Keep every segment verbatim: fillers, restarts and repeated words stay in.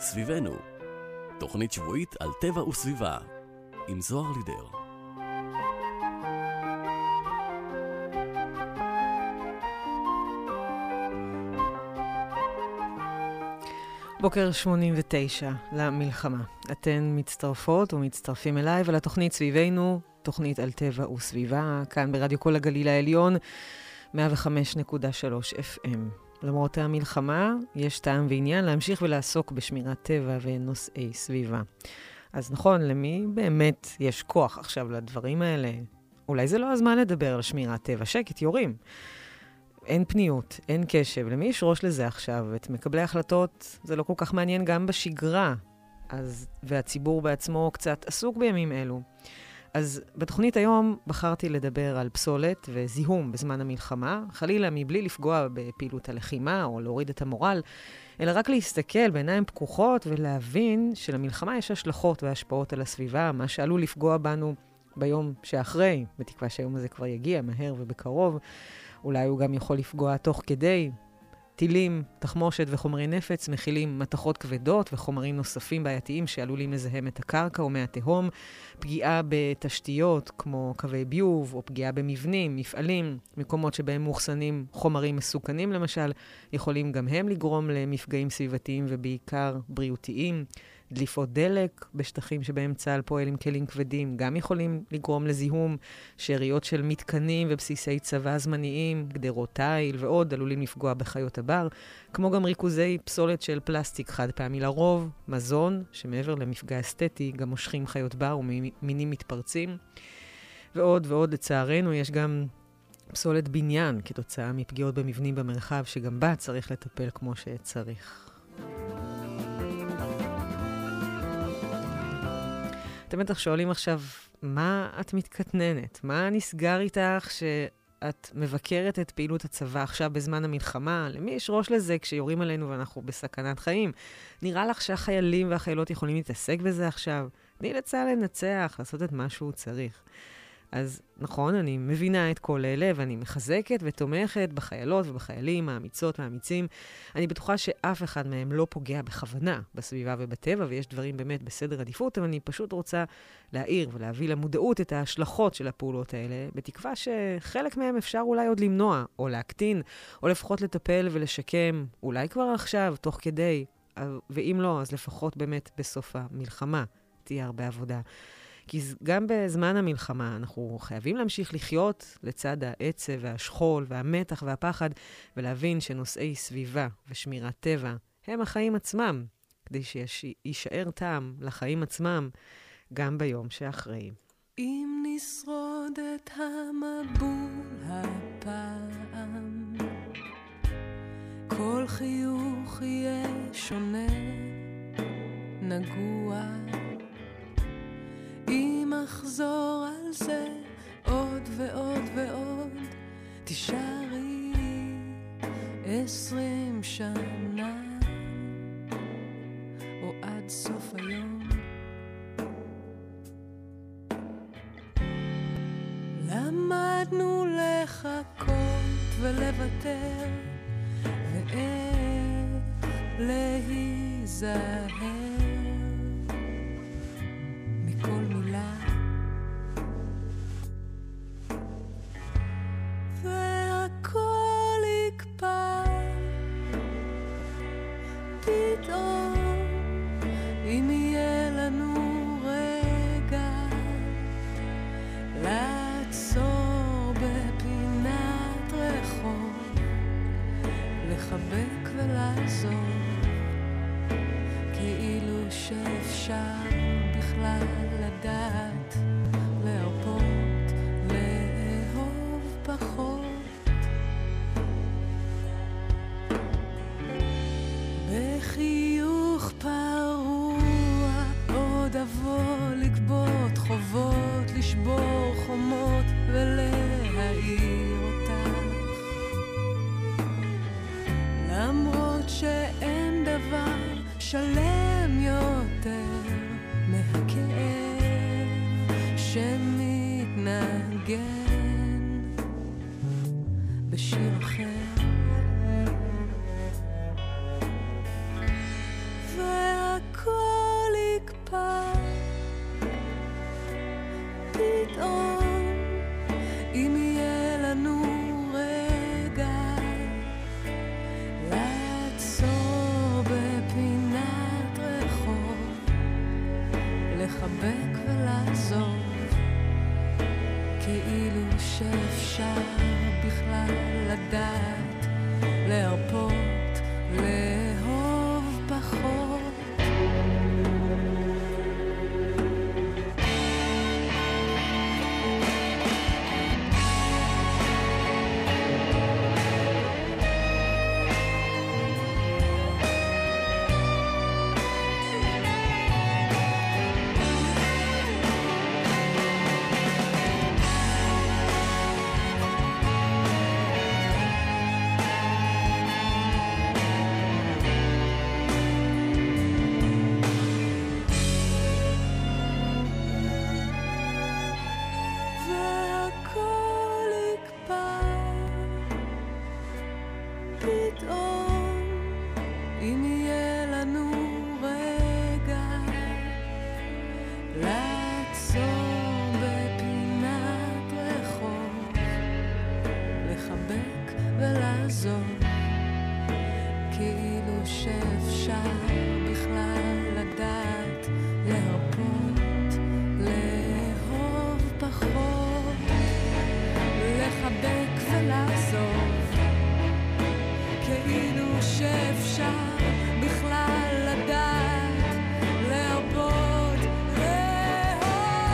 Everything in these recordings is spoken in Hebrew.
סביבנו, תוכנית שבועית על טבע וסביבה, עם זוהר לידר. בוקר שמונים ותשע למלחמה. אתן מצטרפות ומצטרפים אליי ולתוכנית סביבנו, תוכנית על טבע וסביבה, כאן ברדיו כל הגליל העליון, מאה וחמש נקודה שלוש אף אם. למרות המלחמה, יש טעם ועניין להמשיך ולעסוק בשמירת טבע ונושאי סביבה. אז נכון, למי באמת יש כוח עכשיו לדברים האלה? אולי זה לא הזמן לדבר על שמירת טבע, שקט, יורים. אין פניות, אין קשב. למי יש ראש לזה עכשיו? את מקבלי החלטות זה לא כל כך מעניין גם בשגרה. אז, והציבור בעצמו קצת עסוק בימים אלו. אז בתוכנית היום בחרתי לדבר על פסולת וזיהום בזמן המלחמה, חלילה מבלי לפגוע בפעילות הלחימה או להוריד את המורל, אלא רק להסתכל בעיניים פקוחות ולהבין שלמלחמה יש השלכות והשפעות על הסביבה, מה שעלול לפגוע בנו ביום שאחרי, בתקווה שהיום הזה כבר יגיע מהר ובקרוב. אולי הוא גם יכול לפגוע תוך כדי. טילים, תחמושת וחומרי נפץ מכילים מתכות כבדות וחומרים נוספים בעייתיים שעלולים לזהם את הקרקע או מהתהום, פגיעה בתשתיות כמו קווי ביוב או פגיעה במבנים, מפעלים, מקומות שבהם מוחסנים חומרים מסוכנים למשל, יכולים גם הם לגרום למפגעים סביבתיים ובעיקר בריאותיים. דליפות דלק בשטחים שבהם צה"ל פועל עם כלים כבדים גם יכולים לגרום לזיהום, שאריות של מתקנים ובסיסי צבא זמניים, גדרות תיל ועוד עלולים לפגוע בחיות הבר, כמו גם ריכוזי פסולת של פלסטיק חד פעמי לרוב, מזון, שמעבר למפגע אסתטי גם מושכים חיות בר ומינים מתפרצים, ועוד ועוד. לצערנו יש גם פסולת בניין כתוצאה מפגיעות במבנים במרחב, שגם בה צריך לטפל כמו שצריך. אתם בטח שואלים עכשיו, מה את מתקטננת? מה נסגר איתך שאת מבקרת את פעילות הצבא עכשיו בזמן המלחמה? למי יש ראש לזה כשיורים עלינו ואנחנו בסכנת חיים? נראה לך שהחיילים והחיילות יכולים להתעסק בזה עכשיו? תני לצה"ל לנצח, לעשות את מה שהוא צריך. אז נכון, אני מבינה את כל אלה, ואני מחזקת ותומכת בחיילות ובחיילים, האמיצות והאמיצים. אני בטוחה שאף אחד מהם לא פוגע בכוונה בסביבה ובטבע, ויש דברים באמת בסדר עדיפות, אבל אני פשוט רוצה להעיר ולהביא למודעות את ההשלכות של הפעולות האלה, בתקווה שחלק מהם אפשר אולי עוד למנוע, או להקטין, או לפחות לטפל ולשקם, אולי כבר עכשיו, תוך כדי, ואם לא, אז לפחות באמת בסוף המלחמה תהיה הרבה עבודה. כי גם בזמן המלחמה אנחנו חייבים להמשיך לחיות לצד העצב והשכול והמתח והפחד, ולהבין שנושאי סביבה ושמירת טבע הם החיים עצמם, כדי שישאר טעם לחיים עצמם גם ביום שאחרי. אם נשרוד את המבול הפעם, כל חיוך יהיה שונה, נגוע. אם אחזור על זה עוד ועוד ועוד, תישארי עשרים שנה או עד סוף היום. למדנו לחכות ולוותר, ואיך להיזהר כל מילה, והכל יקפא פתאום אם יהיה לנו רגע לעצור בפינת רחוב, לחבק ולעזור, כאילו שאפשר בכלל לדעת, להרפות, לאהוב פחות. בחיוך פרוע עוד אבוא לקבות חובות, לשבור חומות ולהאיר אותך, למרות שאין דבר שלם יותר מהכאב שמתנגן בשיר אחר, והכל לעזוב, כאילו שאפשר בכלל לדעת להרפות, לאהוב פחות, לחבק ולעזוב, כאילו שאפשר בכלל לדעת להרפות, לאהוב.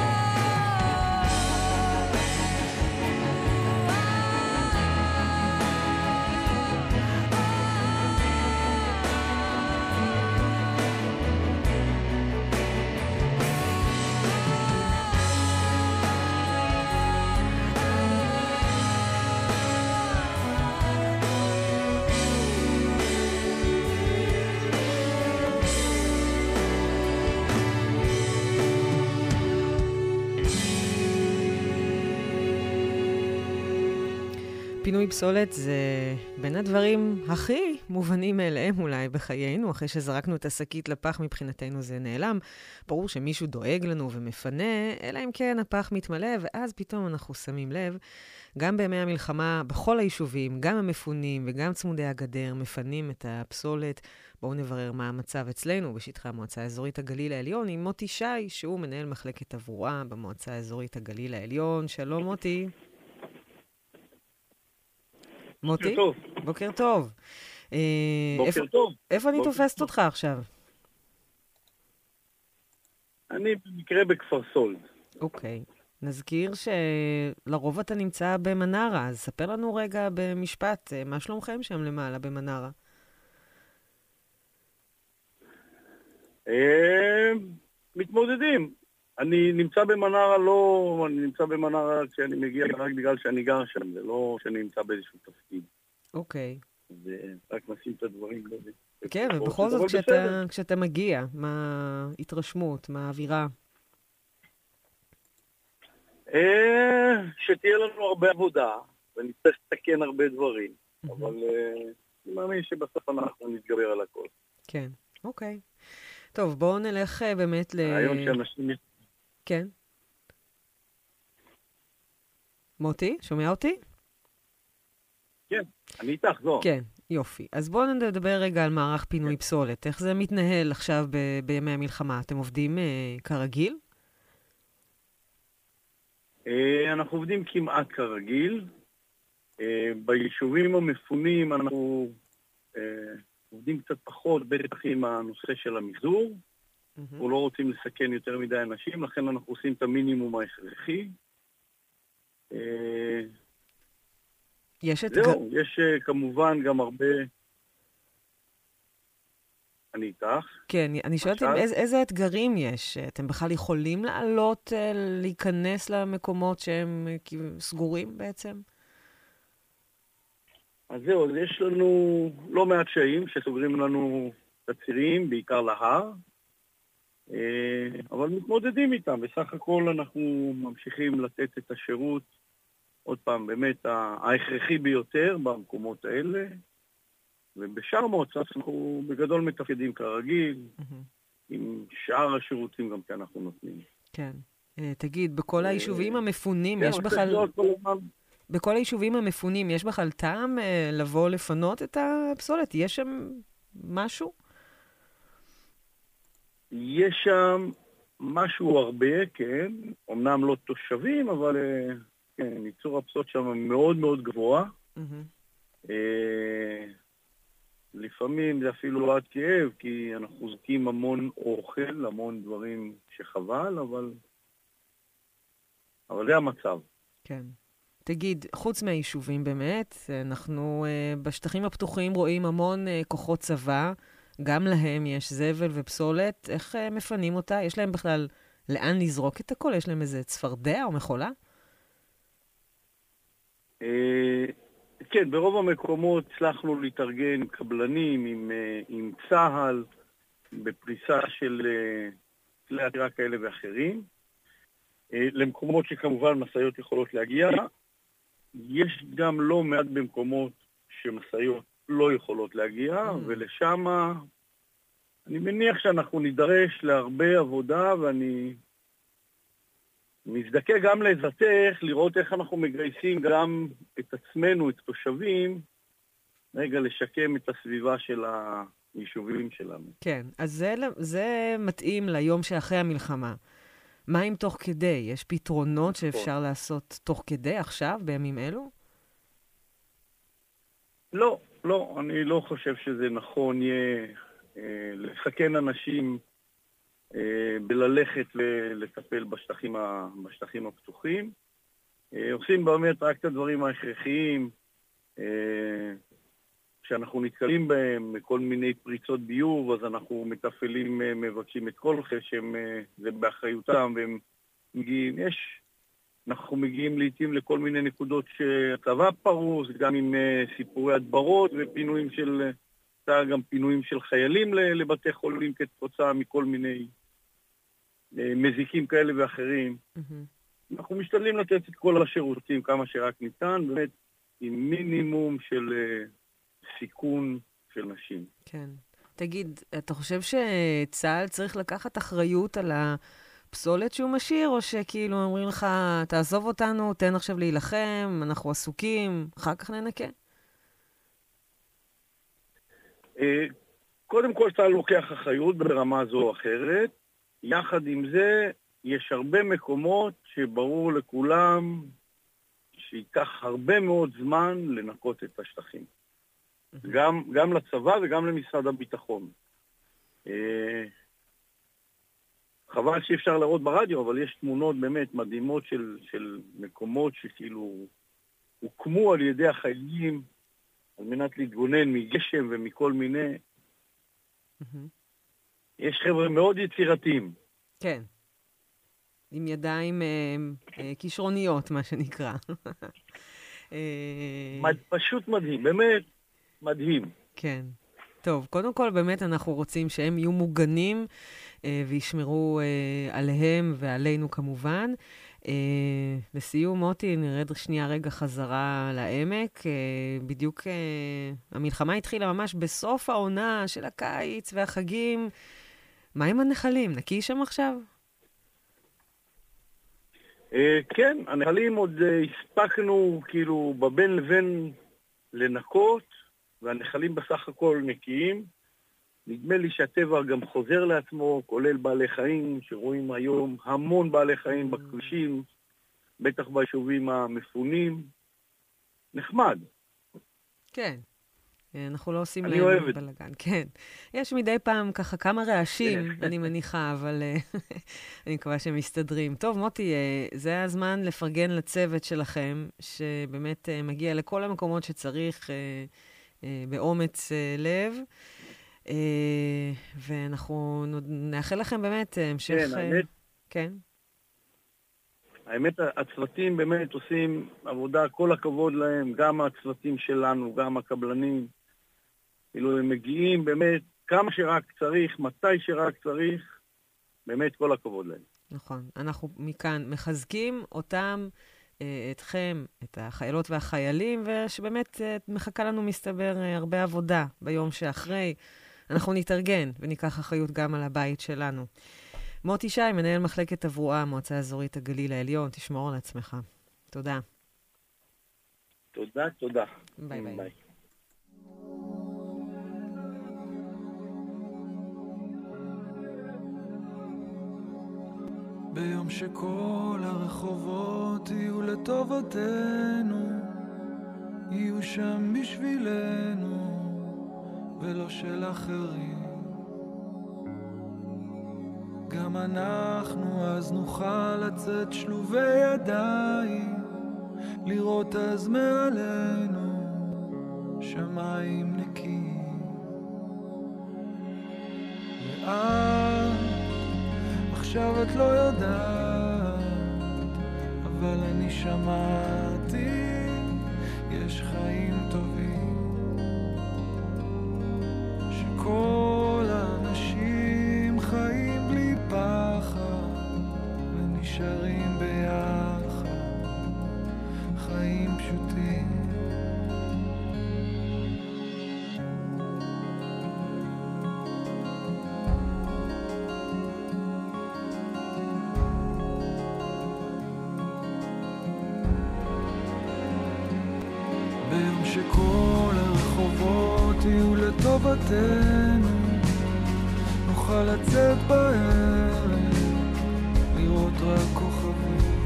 פינוי פסולת זה בין הדברים הכי מובנים מאליהם אולי בחיינו. אחרי שזרקנו את השקית לפח מבחינתנו זה נעלם. ברור שמישהו דואג לנו ומפנה, אלא אם כן הפח מתמלא, ואז פתאום אנחנו שמים לב. גם בימי המלחמה, בכל היישובים, גם המפונים וגם צמודי הגדר, מפנים את הפסולת. בואו נברר מה המצב אצלנו בשטחי המועצה האזורית הגליל העליון עם מוטי שי, שהוא מנהל מחלקת תברואה במועצה האזורית הגליל העליון. שלום מוטי. מוטי? בוקר טוב. בוקר טוב. בוקר איפה, טוב. איפה אני בוקר תופסת טוב. אותך עכשיו? אני במקרה בכפר סולד. אוקיי. נזכיר שלרוב אתה נמצא במנרה, אז ספר לנו רגע במשפט, מה שלומכם שם למעלה במנרה? אה, מתמודדים. אני נמצא במנרה לא, אני נמצא במנרה כשאני מגיע רק בגלל שאני גר שם, זה לא שאני נמצא באיזשהו תפקיד. אוקיי. ורק נשים את הדברים בזה. כן, ובכל זאת כשאתה, כשאתה מגיע, מה ההתרשמות, מה האווירה? אה, שתהיה לנו הרבה עבודה, ונצטרך לתקן הרבה דברים, אבל אה, אני מאמין שבסוף אנחנו נתגבר על הכל. כן, אוקיי. טוב, בואו נלך אה, באמת ל... היום שאנשים... כן. מוטי, שומע אותי? כן, אני איתך, זו. כן, יופי. אז בואו נדבר רגע על מערך פינוי פסולת. איך זה מתנהל עכשיו ב- בימי המלחמה? אתם עובדים אה, כרגיל? אה, אנחנו עובדים כמעט כרגיל. אה, ביישובים המפונים אנחנו אה, עובדים קצת פחות, בטח עם הנושא של המחזור. אנחנו לא רוצים לסכן יותר מדי אנשים, לכן אנחנו עושים את המינימום ההכרחי. אה, יש אתגר... זהו, יש uh, כמובן גם הרבה... אני איתך. כן, אני שואלת אם איזה, איזה אתגרים יש? אתם בכלל יכולים לעלות, להיכנס למקומות שהם סגורים בעצם? אז זהו, אז יש לנו לא מעט קשיים שסוגרים לנו את הצירים, בעיקר להר, אבל מתמודדים איתם. בסך הכל אנחנו ממשיכים לתת את השירות, עוד פעם, באמת ההכרחי ביותר במקומות האלה, ובשאר המועצה אנחנו בגדול מתפקדים כרגיל, עם שאר השירותים גם שאנחנו נותנים. כן. תגיד, בכל היישובים המפונים יש בכלל... בכל היישובים המפונים יש בכלל טעם לבוא לפנות את הפסולת? יש שם משהו? יש שם משהו הרבה, כן. אמנם לא תושבים, אבל כן, ייצור הפסולת שם מאוד מאוד גבוה. לפעמים זה אפילו עד כאב, כי אנחנו זוקים המון אוכל, המון דברים שחבל, אבל אבל זה המצב. כן. תגיד, חוץ מהיישובים באמת, אנחנו uh, בשטחים הפתוחים רואים המון uh, כוחות צבא, גם להם יש זבל ופסולת, איך uh, מפנים אותה? יש להם בכלל לאן לזרוק את הכל? יש להם איזה צפרדע או מחולה? Uh, כן, ברוב המקומות הצלחנו להתארגן עם קבלנים, עם, uh, עם צהל, בפריסה של uh, כלי עתירה כאלה ואחרים, uh, למקומות שכמובן מסעיות יכולות להגיע. יש גם לא מעט במקומות שמסעיות לא יכולות להגיע, mm. ולשם אני מניח שאנחנו נידרש להרבה עבודה, ואני מזדכה גם לעזרתך לראות איך אנחנו מגייסים גם את עצמנו, את התושבים, רגע לשקם את הסביבה של היישובים שלנו. כן, אז זה, זה מתאים ליום שאחרי המלחמה. מה אם תוך כדי? יש פתרונות שאפשר לעשות תוך כדי עכשיו, בימים אלו? לא, לא, אני לא חושב שזה נכון יהיה אה, לסכן אנשים אה, בללכת ולטפל בשטחים, ה, בשטחים הפתוחים. אה, עושים באמת רק את הדברים ההכרחיים, אה, כשאנחנו נתקלים בהם, כל מיני פריצות ביוב, אז אנחנו מתפעלים, אה, מבקשים את כל חשם, אה, זה באחריותם, והם מגיעים, יש... אנחנו מגיעים לעתים לכל מיני נקודות שהצבא פרוס, גם עם uh, סיפורי הדברות ופינויים של, uh, גם פינויים של חיילים לבתי חולים כתוצאה מכל מיני uh, מזיקים כאלה ואחרים. Mm-hmm. אנחנו משתדלים לתת את כל השירותים כמה שרק ניתן, באמת עם מינימום של uh, סיכון של נשים. כן. תגיד, אתה חושב שצה"ל צריך לקחת אחריות על ה... פסולת שהוא משאיר, או שכאילו אומרים לך, תעזוב אותנו, תן עכשיו להילחם, אנחנו עסוקים, אחר כך ננקה? קודם כל, צה"ל לוקח אחריות ברמה זו או אחרת. יחד עם זה, יש הרבה מקומות שברור לכולם שייקח הרבה מאוד זמן לנקות את השטחים. גם, גם לצבא וגם למשרד הביטחון. חבל שאי אפשר לראות ברדיו, אבל יש תמונות באמת מדהימות של, של מקומות שכאילו הוקמו על ידי החיילים על מנת להתגונן מגשם ומכל מיני. Mm-hmm. יש חבר'ה מאוד יצירתיים. כן. עם ידיים אה, אה, כישרוניות, מה שנקרא. מד, פשוט מדהים, באמת מדהים. כן. טוב, קודם כל באמת אנחנו רוצים שהם יהיו מוגנים אה, וישמרו אה, עליהם ועלינו כמובן. אה, לסיום, מוטי, נרד שנייה רגע חזרה לעמק. אה, בדיוק אה, המלחמה התחילה ממש בסוף העונה של הקיץ והחגים. מה עם הנחלים? נקי שם עכשיו? אה, כן, הנחלים עוד אה, הספקנו כאילו בבין לבין לנקות, והנחלים בסך הכל נקיים. נדמה לי שהטבע גם חוזר לעצמו, כולל בעלי חיים, שרואים היום המון בעלי חיים בכבישים, בטח ביישובים המפונים. נחמד. כן. אנחנו לא עושים להם אוהבת. בלגן. כן. יש מדי פעם ככה כמה רעשים, אני מניחה, אבל אני מקווה שהם מסתדרים. טוב, מוטי, זה הזמן לפרגן לצוות שלכם, שבאמת מגיע לכל המקומות שצריך באומץ לב. ואנחנו נאחל לכם באמת המשך... כן, האמת. כן. האמת, הצוותים באמת עושים עבודה, כל הכבוד להם, גם הצוותים שלנו, גם הקבלנים. כאילו הם מגיעים באמת כמה שרק צריך, מתי שרק צריך, באמת כל הכבוד להם. נכון. אנחנו מכאן מחזקים אותם, אתכם, את החיילות והחיילים, ושבאמת מחכה לנו מסתבר הרבה עבודה ביום שאחרי. אנחנו נתארגן וניקח אחריות גם על הבית שלנו. מוטי שי, מנהל מחלקת תברואה, מועצה אזורית הגליל העליון, תשמור על עצמך. תודה. תודה, תודה. ביי ביי. ביי. ביום שכל הרחובות יהיו לטובתנו, יהיו שם בשבילנו ולא של אחרים, גם אנחנו אז נוכל לצאת שלובי ידיים, לראות אז מעלינו שמיים נקיים. ואת עכשיו את לא יודעת, אבל אני שמעתי יש חיים טובים, שכל האנשים חיים בלי פחד ונשארים ביחד, חיים פשוטים. ביום שכל הרחוב הרחובות יהיו לטובתנו, נוכל לצאת בערב, לראות רק כוכבים.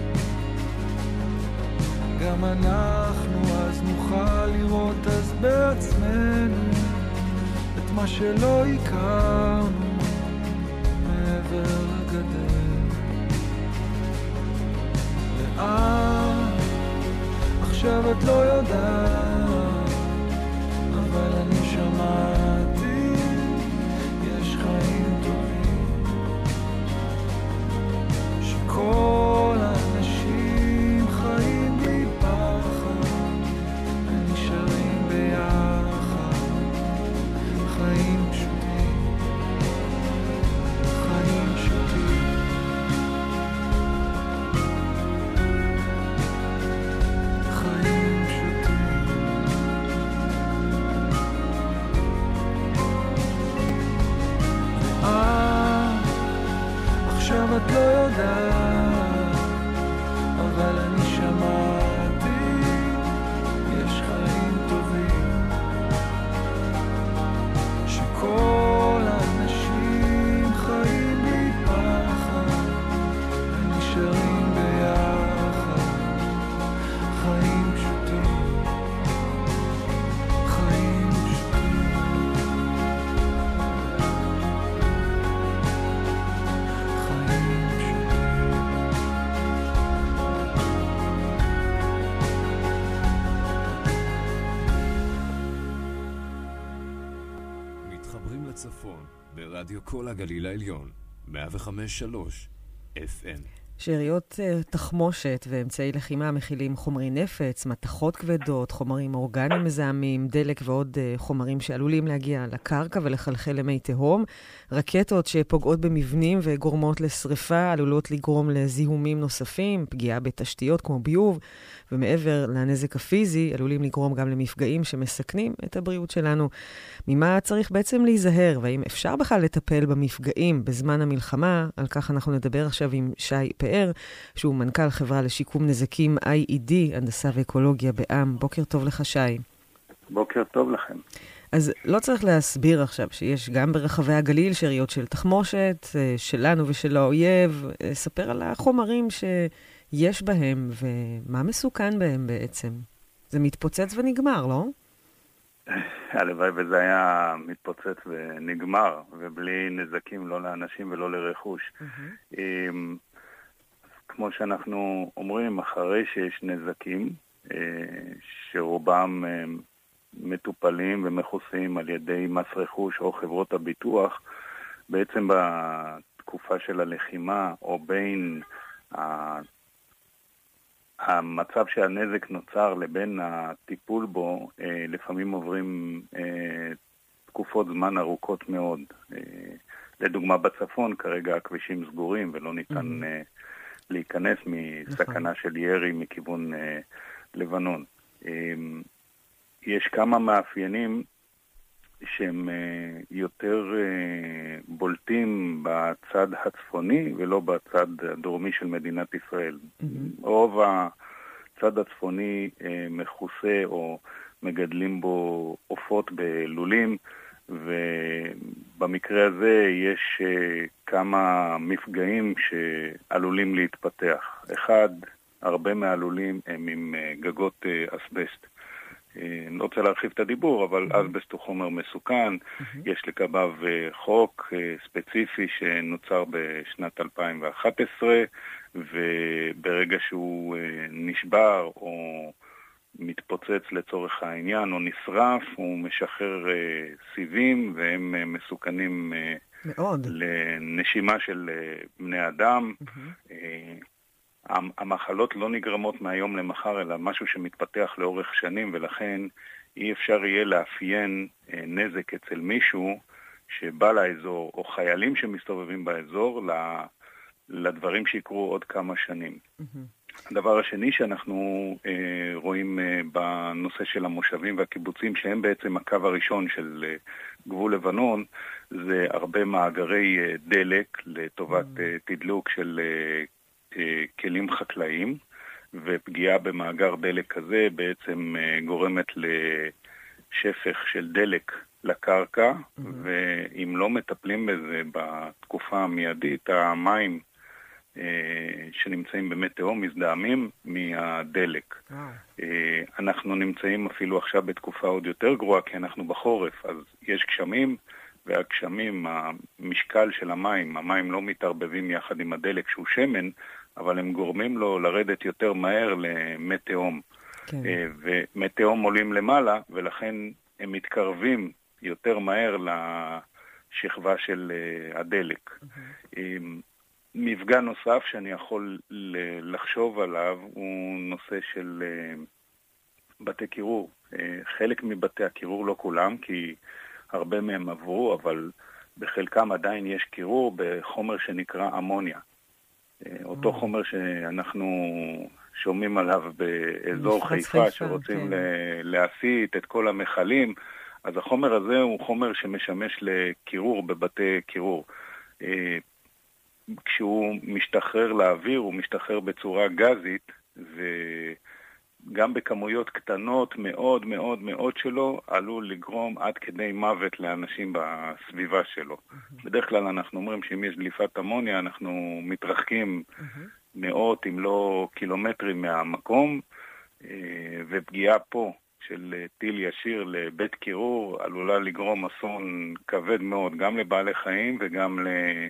גם אנחנו אז נוכל לראות אז בעצמנו את מה שלא הכרנו מעבר לגדר. לאן עכשיו את לא יודעת, אבל אני שמעתי יש חיים טובים, שכל האנשים חיים בלי פחד ונשארים ביחד, חיים פשוטים, חיים פשוטים. עכשיו את לא יודעת, אבל אני שמעתי יש חיים טובים, שכל האנשים חיים בלי פחד ונשארים ביחד, חיים פשוטים, חיים פשוטים. מתחברים לצפון ברדיו כל הגליל העליון, מאה וחמש שלוש אף אם. שאריות uh, תחמושת ואמצעי לחימה מכילים חומרי נפץ, מתכות כבדות, חומרים אורגניים מזהמים, דלק ועוד uh, חומרים שעלולים להגיע לקרקע ולחלחל למי תהום. רקטות שפוגעות במבנים וגורמות לשריפה עלולות לגרום לזיהומים נוספים, פגיעה בתשתיות כמו ביוב, ומעבר לנזק הפיזי עלולים לגרום גם למפגעים שמסכנים את הבריאות שלנו. ממה צריך בעצם להיזהר, והאם אפשר בכלל לטפל במפגעים בזמן המלחמה? על כך אנחנו נדבר עכשיו עם שי פאר, שהוא מנכ"ל חברה לשיקום נזקים איי אי די, הנדסה ואקולוגיה בע"מ. בוקר טוב לך, שי. בוקר טוב לכם. אז לא צריך להסביר עכשיו שיש גם ברחבי הגליל שאריות של תחמושת, שלנו ושל האויב. ספר על החומרים שיש בהם ומה מסוכן בהם בעצם. זה מתפוצץ ונגמר, לא? הלוואי וזה היה מתפוצץ ונגמר, ובלי נזקים לא לאנשים ולא לרכוש. Mm-hmm. כמו שאנחנו אומרים, אחרי שיש נזקים, שרובם מטופלים ומכוסים על ידי מס רכוש או חברות הביטוח, בעצם בתקופה של הלחימה או בין המצב שהנזק נוצר לבין הטיפול בו, לפעמים עוברים תקופות זמן ארוכות מאוד. לדוגמה בצפון כרגע הכבישים סגורים ולא ניתן להיכנס מסכנה של ירי מכיוון לבנון. יש כמה מאפיינים שהם יותר בולטים בצד הצפוני ולא בצד הדרומי של מדינת ישראל. רוב הצד הצפוני מכוסה או מגדלים בו עופות בלולים, ובמקרה הזה יש כמה מפגעים שעלולים להתפתח. אחד, הרבה מהלולים הם עם גגות אסבסט. אני לא רוצה להרחיב את הדיבור, אבל אסבסט הוא חומר מסוכן. יש לגביו חוק ספציפי שנוצר בשנת אלפיים ואחת עשרה, וברגע שהוא נשבר או מתפוצץ לצורך העניין או נשרף, הוא משחרר סיבים, והם מסוכנים מאוד לנשימה של בני אדם. המחלות לא נגרמות מהיום למחר, אלא משהו שמתפתח לאורך שנים, ולכן אי אפשר יהיה לאפיין נזק אצל מישהו שבא לאזור, או חיילים שמסתובבים באזור, לדברים שיקרו עוד כמה שנים. הדבר השני שאנחנו רואים בנושא של המושבים והקיבוצים, שהם בעצם הקו הראשון של גבול לבנון, זה הרבה מאגרי דלק לטובת תדלוק של כלים חקלאיים, ופגיעה במאגר דלק כזה בעצם גורמת שפך של דלק לקרקע, mm-hmm. ואם לא מטפלים בזה בתקופה המיידית, המים אה, שנמצאים במי תהום מזדהמים מהדלק. Wow. אה, אנחנו נמצאים אפילו עכשיו בתקופה עוד יותר גרועה, כי אנחנו בחורף, אז יש גשמים, והגשמים, המשקל של המים, המים לא מתערבבים יחד עם הדלק שהוא שמן, אבל הם גורמים לו לרדת יותר מהר למי תהום. כן. ומי תהום עולים למעלה, ולכן הם מתקרבים יותר מהר לשכבה של הדלק. Mm-hmm. מפגע נוסף שאני יכול לחשוב עליו הוא נושא של בתי קירור. חלק מבתי הקירור, לא כולם, כי הרבה מהם עברו, אבל בחלקם עדיין יש קירור בחומר שנקרא אמוניה. אותו mm. חומר שאנחנו שומעים עליו באזור חיפה, חיפה, שרוצים כן. להסיט את כל המחלים, אז החומר הזה הוא חומר שמשמש לקירור בבתי קירור. כשהוא משתחרר לאוויר, הוא משתחרר בצורה גזית, וגם בכמויות קטנות מאוד מאוד מאוד שלו, עלול לגרום עד כדי מוות לאנשים בסביבה שלו. Mm-hmm. בדרך כלל אנחנו אומרים שאם יש דליפת אמוניה, אנחנו מתרחקים mm-hmm. מאות אם לא קילומטרים מהמקום, ופגיעה פה של טיל ישיר לבית קירור עלולה לגרום אסון כבד מאוד, גם לבעלי חיים וגם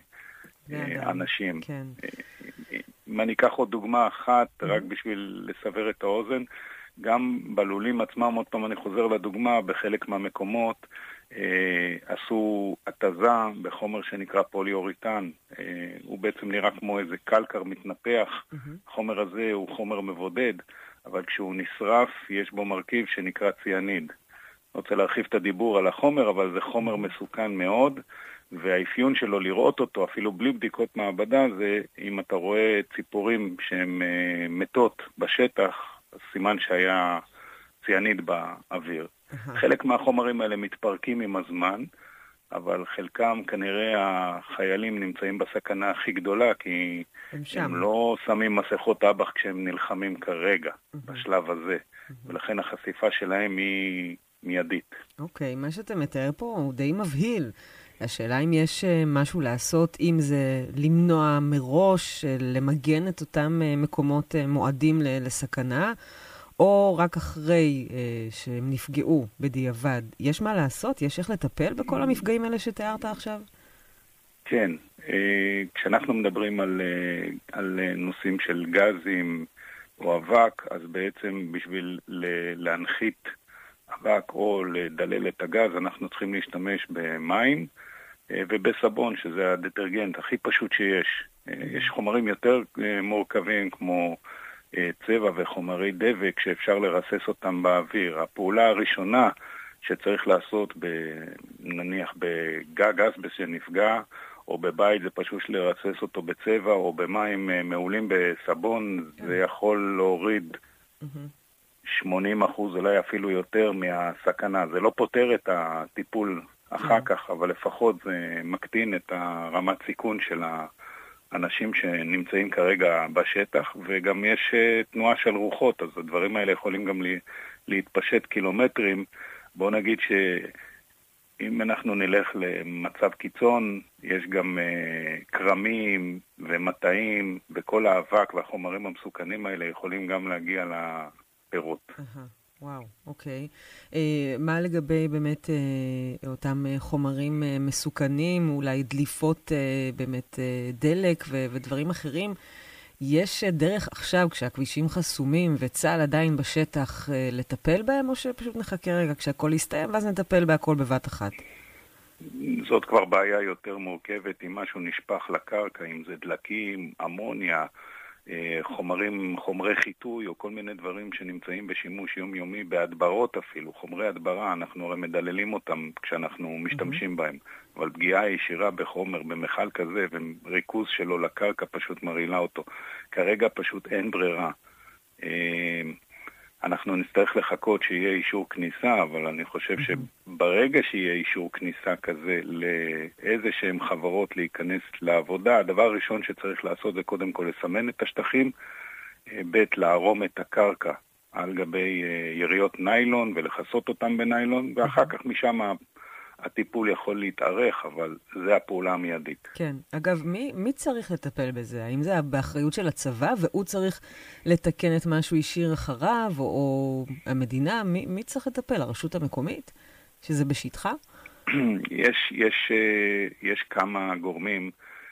לאנשים. כן. אם אני אקח עוד דוגמה אחת, mm-hmm. רק בשביל לסבר את האוזן, גם בלולים עצמם, עוד פעם אני חוזר לדוגמה, בחלק מהמקומות אה, עשו התזה בחומר שנקרא פוליאוריתן. אה, הוא בעצם נראה כמו איזה קלקר מתנפח. Mm-hmm. החומר הזה הוא חומר מבודד, אבל כשהוא נשרף יש בו מרכיב שנקרא ציאניד. אני רוצה להרחיב את הדיבור על החומר, אבל זה חומר מסוכן מאוד, והאפיון שלו לראות אותו, אפילו בלי בדיקות מעבדה, זה אם אתה רואה ציפורים שהן uh, מתות בשטח, סימן שהיה ציאניד באוויר. Uh-huh. חלק מהחומרים האלה מתפרקים עם הזמן, אבל חלקם כנראה החיילים נמצאים בסכנה הכי גדולה, כי הם, הם לא שמים מסכות אב"כ כשהם נלחמים כרגע, uh-huh. בשלב הזה, uh-huh. ולכן החשיפה שלהם היא מיידית. אוקיי, okay, מה שאתה מתאר פה הוא די מבהיל. השאלה אם יש משהו לעשות, אם זה למנוע מראש, למגן את אותם מקומות מועדים לסכנה, או רק אחרי שהם נפגעו בדיעבד. יש מה לעשות? יש איך לטפל בכל המפגעים האלה שתיארת עכשיו? כן. כשאנחנו מדברים על, על נושאים של גזים או אבק, אז בעצם בשביל להנחית אבק או לדלל את הגז, אנחנו צריכים להשתמש במים ובסבון, שזה הדטרגנט הכי פשוט שיש. יש חומרים יותר מורכבים כמו צבע וחומרי דבק שאפשר לרסס אותם באוויר. הפעולה הראשונה שצריך לעשות נניח בגג אסבסט שנפגע או בבית זה פשוט לרסס אותו בצבע או במים מעולים בסבון, זה יכול להוריד שמונים אחוז, אולי אפילו יותר מהסכנה. זה לא פותר את הטיפול אחר כך, אבל לפחות זה מקטין את הרמת סיכון של האנשים שנמצאים כרגע בשטח, וגם יש תנועה של רוחות, אז הדברים האלה יכולים גם להתפשט קילומטרים. בואו נגיד שאם אנחנו נלך למצב קיצון, יש גם קרמים ומטעים, וכל האבק והחומרים המסוכנים האלה יכולים גם להגיע לפירות. וואו, אוקיי. מה לגבי באמת אותם חומרים מסוכנים, אולי דליפות באמת דלק ודברים אחרים? יש דרך עכשיו, כשהכבישים חסומים וצה"ל עדיין בשטח, לטפל בהם, או שפשוט נחכה רגע כשהכל יסתיים, ואז נטפל בהכל בבת אחת? זאת כבר בעיה יותר מורכבת, אם משהו נשפך לקרקע, אם זה דלקים, אמוניה, חומרים, חומרי חיטוי או כל מיני דברים שנמצאים בשימוש יומיומי, בהדברות אפילו, חומרי הדברה, אנחנו הרי מדללים אותם כשאנחנו משתמשים בהם, אבל פגיעה ישירה בחומר, במחל כזה, וריכוז שלו לקרקע פשוט מרעילה אותו. כרגע פשוט אין ברירה. אנחנו נצטרך לחכות שיהיה אישור כניסה, אבל אני חושב שברגע שיהיה אישור כניסה כזה לאיזה שהם חברות להיכנס לעבודה, הדבר הראשון שצריך לעשות זה קודם כל לסמן את השטחים, ב' לערום את הקרקע על גבי יריות ניילון ולחסות אותם בניילון, ואחר כך משם הטיפול יכול להתארך, אבל זה הפעולה המיידית. כן. אגב, מי, מי צריך לטפל בזה? האם זה באחריות של הצבא, והוא צריך לתקן את מה שהוא השאיר אחריו, או, או המדינה? מי, מי צריך לטפל? הרשות המקומית? שזה בשטחה? יש, יש, יש כמה גורמים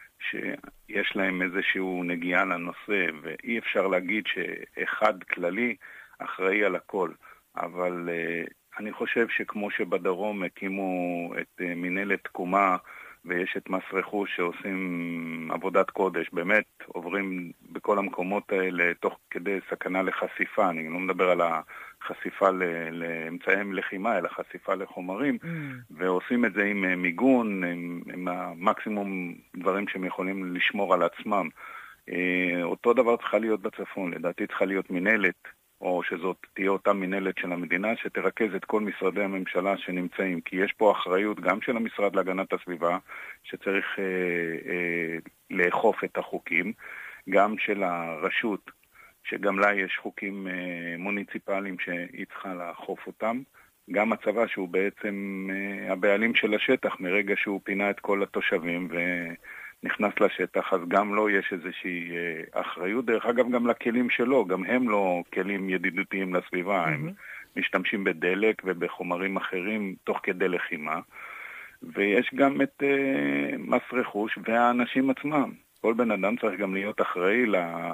שיש להם איזשהו נגיעה לנושא, ואי אפשר להגיד שאחד כללי אחראי על הכל. אבל אני חושב שכמו שבדרום הקימו את מנהלת תקומה, ויש את מס רכוש שעושים עבודת קודש, באמת עוברים בכל המקומות האלה תוך כדי סכנה לחשיפה. אני לא מדבר על החשיפה לאמצעי לחימה, אלא חשיפה לחומרים, mm. ועושים את זה עם מיגון, עם, עם המקסימום דברים שהם יכולים לשמור על עצמם. אותו דבר צריכה להיות בצפון, לדעתי צריכה להיות מנהלת, או שזאת תהיה אותה מנהלת של המדינה שתרכז את כל משרדי הממשלה שנמצאים, כי יש פה אחריות גם של המשרד להגנת הסביבה, שצריך אה, אה, לאכוף את החוקים, גם של הרשות, שגם לה יש חוקים אה, מוניציפליים שהיא צריכה לאכוף אותם, גם הצבא שהוא בעצם אה, הבעלים של השטח מרגע שהוא פינה את כל התושבים ו... נכנס לשטח, אז גם לו יש איזושהי אחריות. דרך אגב, גם לכלים שלו, גם הם לא כלים ידידותיים לסביבה, mm-hmm. הם משתמשים בדלק ובחומרים אחרים תוך כדי לחימה. ויש גם את uh, מס רכוש והאנשים עצמם. כל בן אדם צריך גם להיות אחראי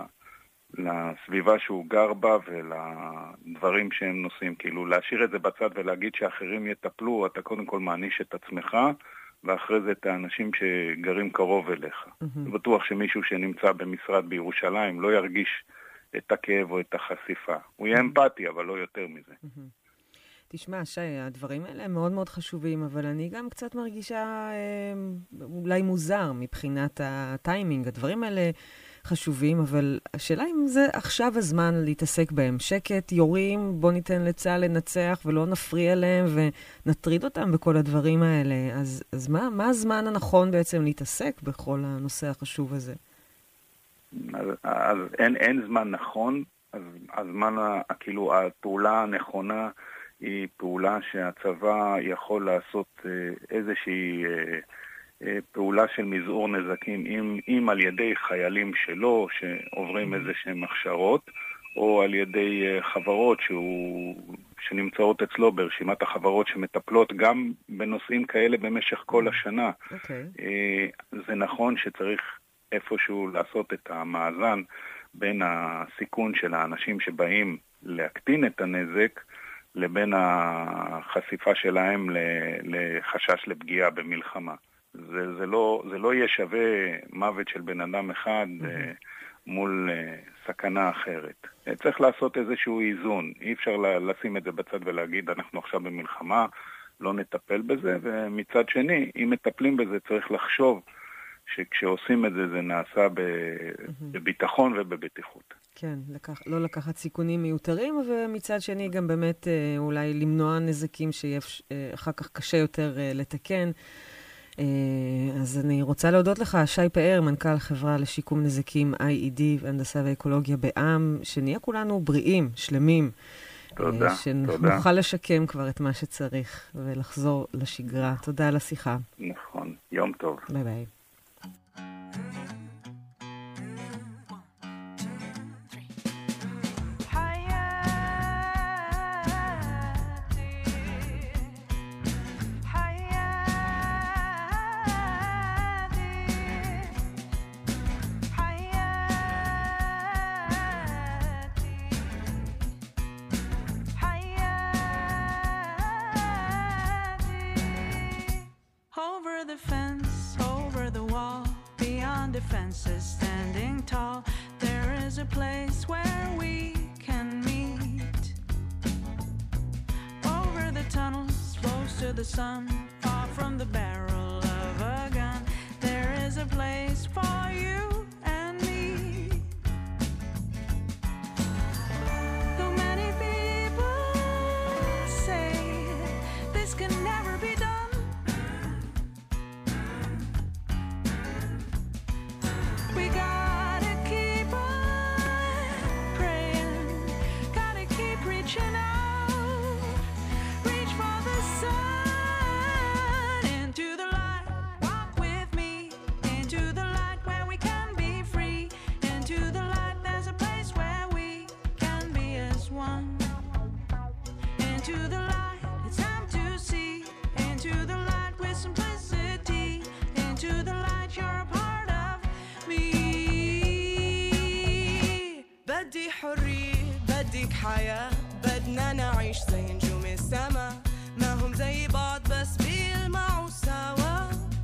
לסביבה שהוא גר בה ולדברים שהם נושאים. כאילו, להשאיר את זה בצד ולהגיד שאחרים יטפלו, אתה קודם כל מעניש את עצמך, ואחרי זה את האנשים שגרים קרוב אליך. Mm-hmm. בטוח שמישהו שנמצא במשרד בירושלים לא ירגיש את הכאב או את החשיפה. הוא יהיה אמפתי, אבל לא יותר מזה. Mm-hmm. תשמע, שי, הדברים האלה הם מאוד מאוד חשובים, אבל אני גם קצת מרגישה אה, אולי מוזר מבחינת הטיימינג. הדברים האלה חשובים, אבל השאלה אם זה עכשיו הזמן להתעסק בהם. שקט, יורים, בוא ניתן לצה"ל לנצח ולא נפריע להם ונטריד אותם בכל הדברים האלה. אז, אז מה, מה הזמן הנכון בעצם להתעסק בכל הנושא החשוב הזה? אז, אז אין, אין זמן נכון. אז הזמן, כאילו, הפעולה הנכונה היא פעולה שהצבא יכול לעשות איזושהי פעולה של מזעור נזקים, אם, אם על ידי חיילים שלו שעוברים איזה שהם הכשרות, או על ידי חברות שהוא, שנמצאות אצלו ברשימת החברות שמטפלות גם בנושאים כאלה במשך כל השנה. Okay. זה נכון שצריך איפשהו לעשות את המאזן בין הסיכון של האנשים שבאים להקטין את הנזק, לבין החשיפה שלהם לחשש לפגיעה במלחמה. זה, זה לא, זה לא יהיה שווה מוות של בן אדם אחד mm-hmm. מול סכנה אחרת. צריך לעשות איזשהו איזון. אי אפשר לשים את זה בצד ולהגיד, אנחנו עכשיו במלחמה, לא נטפל בזה, ומצד שני, אם מטפלים בזה, צריך לחשוב שכשעושים את זה, זה נעשה בביטחון ובבטיחות. כן, לקח, לא לקחת סיכונים מיותרים, ומצד שני גם באמת אולי למנוע נזקים שאחר כך קשה יותר לתקן. אז אני רוצה להודות לך, שי פאר, מנכ"ל חברה לשיקום נזקים איי אי די והנדסה ואקולוגיה בע"מ, שנהיה כולנו בריאים, שלמים. תודה, שנוכל תודה. שנוכל לשקם כבר את מה שצריך ולחזור לשגרה. תודה על השיחה. נכון, יום טוב. ביי ביי. Over the fence, over the wall, beyond the fences, standing tall, there is a place where we can meet. Over the tunnels, close to the sun, far from the barrel of a gun, there is a place for you and me. Though many people say this can never be done, we gotta keep on praying, gotta keep بدي حرية بدك حياة بدنا نعيش زي نجوم السما ما هم زي بعض بس بيلمعوا سوا.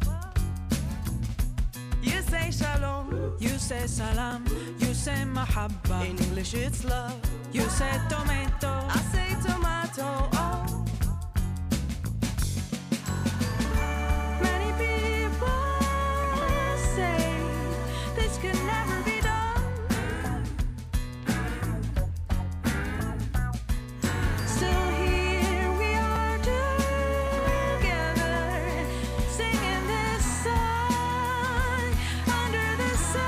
You say shalom, You say salam, you say mahabba. in English it's love. You say tomato, I say tomato, oh. many people say this can never be done. Still here we are together, singing this song under the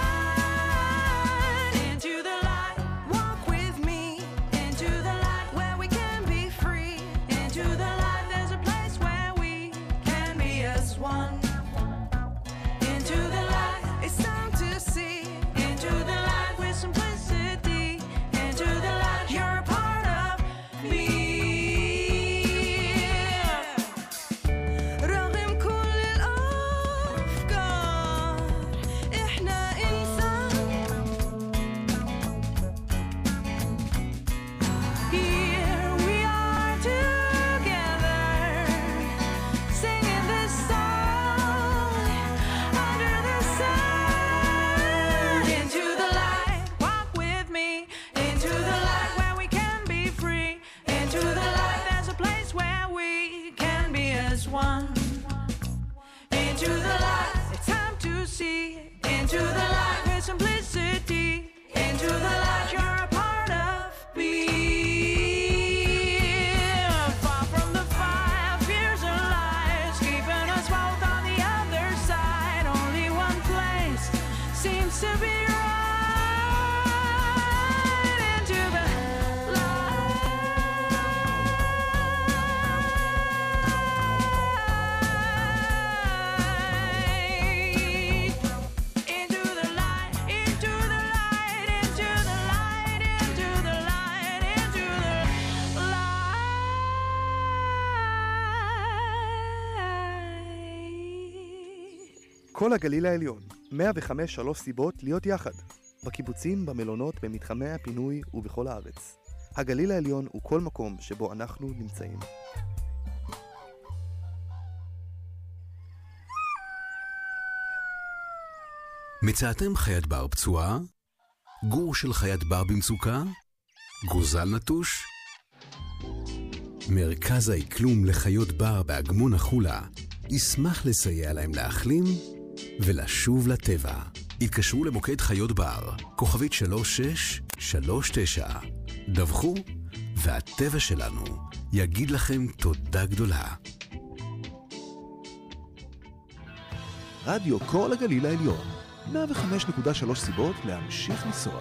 sun. Into the light, Walk with me into the light where we can be free. Into the light, there's a place where we can be as one. Into the light, it's time to see. into the light with simplicity. Into the light, you're a part of me. رغم كل الأفكار إحنا إنسان. Here we are together, singing this song under the sun. Into the light, walk with me. Into the light where we can be free. Into the light, there's a place where we can be as one. Into the light, it's time to see. Into the light with simplicity. Into the light, you're a part of me. Far from the fire, fears and lies, keeping us both on the other side. Only one place seems to be right. Into the light. Into the light, into the light, into the light, into the light, into the light. כל הגליל העליון, מאה וחמש שלוש סיבות להיות יחד. בקיבוצים, במלונות, במתחמי הפינוי ובכל הארץ. הגליל העליון הוא כל מקום שבו אנחנו נמצאים. מצאתם חיית בר פצועה? גור של חיית בר במצוקה? גוזל נטוש? מרכז האקלום לחיות בר באגמון החולה ישמח לסייע להם להחלים ולשוב לטבע. התקשרו למוקד חיות בר, כוכבית שלוש שש שלוש תשע. דווחו, והטבע שלנו יגיד לכם תודה גדולה. רדיו כל הגליל העליון, מאה וחמש נקודה שלוש סיבות להמשיך לנסוע.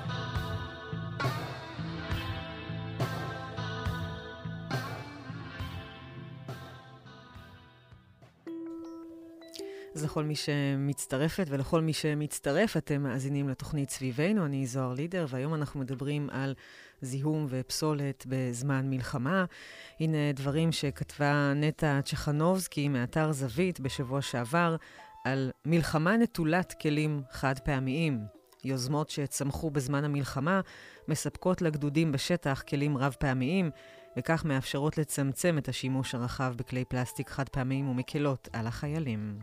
אז לכל מי שמצטרפת ולכל מי שמצטרף, אתם מאזינים לתוכנית סביבנו, אני זוהר לידר, והיום אנחנו מדברים על זיהום ופסולת בזמן מלחמה. הנה דברים שכתבה נטע צ'חנובסקי מאתר זווית בשבוע שעבר, על מלחמה נטולת כלים חד פעמיים. יוזמות שצמחו בזמן המלחמה מספקות לגדודים בשטח כלים רב פעמיים, וכך מאפשרות לצמצם את השימוש הרחב בכלי פלסטיק חד פעמיים ומקלות על החיילים.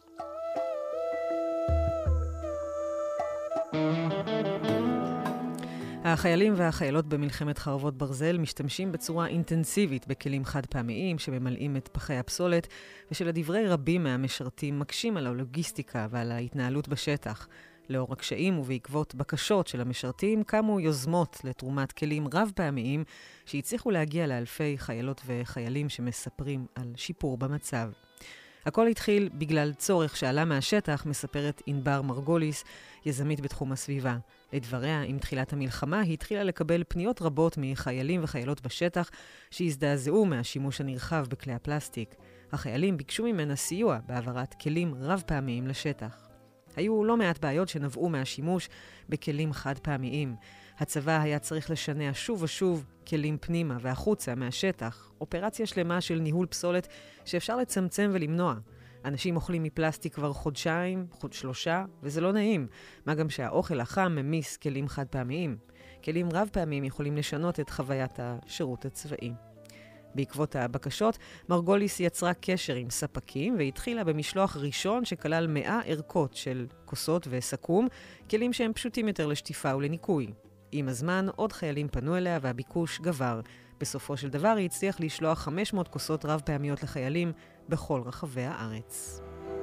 החיילים והחיילות במלחמת חרבות ברזל משתמשים בצורה אינטנסיבית בכלים חד פעמיים שממלאים את פחי הפסולת, ושלדברי רבים מהמשרתים מקשים על הלוגיסטיקה ועל ההתנהלות בשטח. לאור הקשיים ובעקבות בקשות של המשרתים קמו יוזמות לתרומת כלים רב פעמיים שהצליחו להגיע לאלפי חיילות וחיילים שמספרים על שיפור במצב. הכל התחיל בגלל צורך שעלה מהשטח, מספרת ענבר מרגוליס, יזמית בתחום הסביבה. לדבריה, עם תחילת המלחמה, היא התחילה לקבל פניות רבות מחיילים וחיילות בשטח שהזדעזעו מהשימוש הנרחב בכלי הפלסטיק. החיילים ביקשו ממנה סיוע בהעברת כלים רב פעמיים לשטח. היו לא מעט בעיות שנבעו מהשימוש בכלים חד פעמיים. הצבא היה צריך לשנע שוב ושוב כלים פנימה והחוצה מהשטח. אופרציה שלמה של ניהול פסולת שאפשר לצמצם ולמנוע. אנשים אוכלים מפלסטיק כבר חודשיים, חוד שלושה, וזה לא נעים. מה גם שהאוכל החם ממיס כלים חד פעמיים. כלים רב פעמים יכולים לשנות את חוויית השירות הצבאי. בעקבות הבקשות, מרגוליס יצרה קשר עם ספקים והתחילה במשלוח ראשון שכלל מאה ערכות של כוסות וסכו"ם, כלים שהם פשוטים יותר לשטיפה ולניקוי. עם הזמן עוד חיילים פנו אליה והביקוש גבר. בסופו של דבר היא הצליח לשלוח חמש מאות כוסות רב פעמיות לחיילים בכל רחבי הארץ.